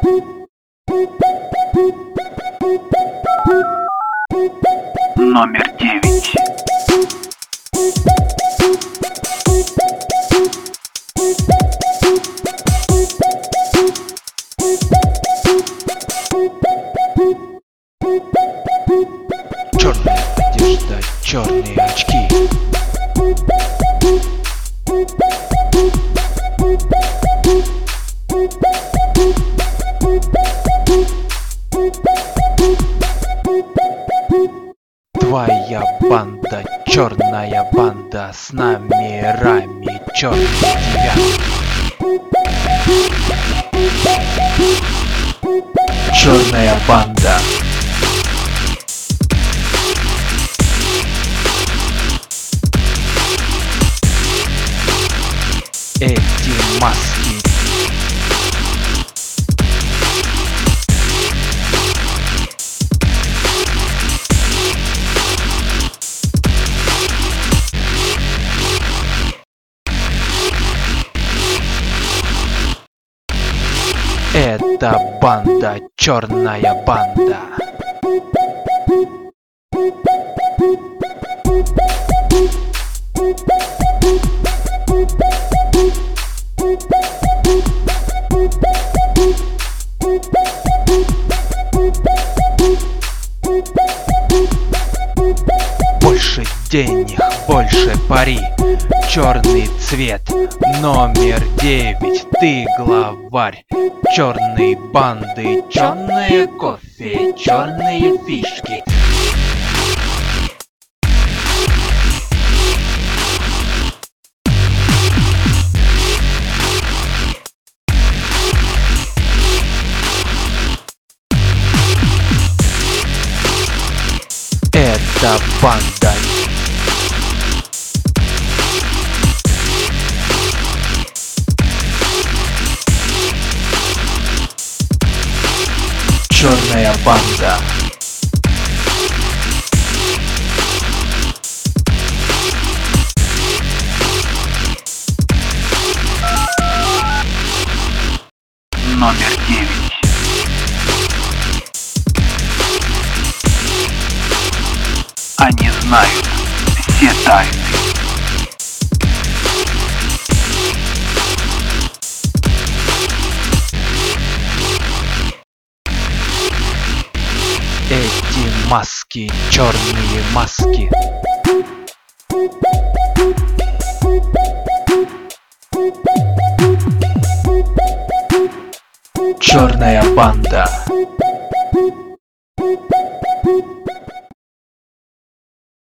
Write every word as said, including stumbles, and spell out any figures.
Номер девять. Черная одежда, черные очки. Твоя банда, черная банда, с номерами черной девятки. Черная банда. Эти маски. Это банда, черная банда. Больше денег, больше пари. Черный цвет, номер девять, ты главарь. Черные банды, черное кофе, черные фишки. Это банда. Черная банда. Номер девять. Они знают все тайны. Эти маски, черные маски. Черная банда.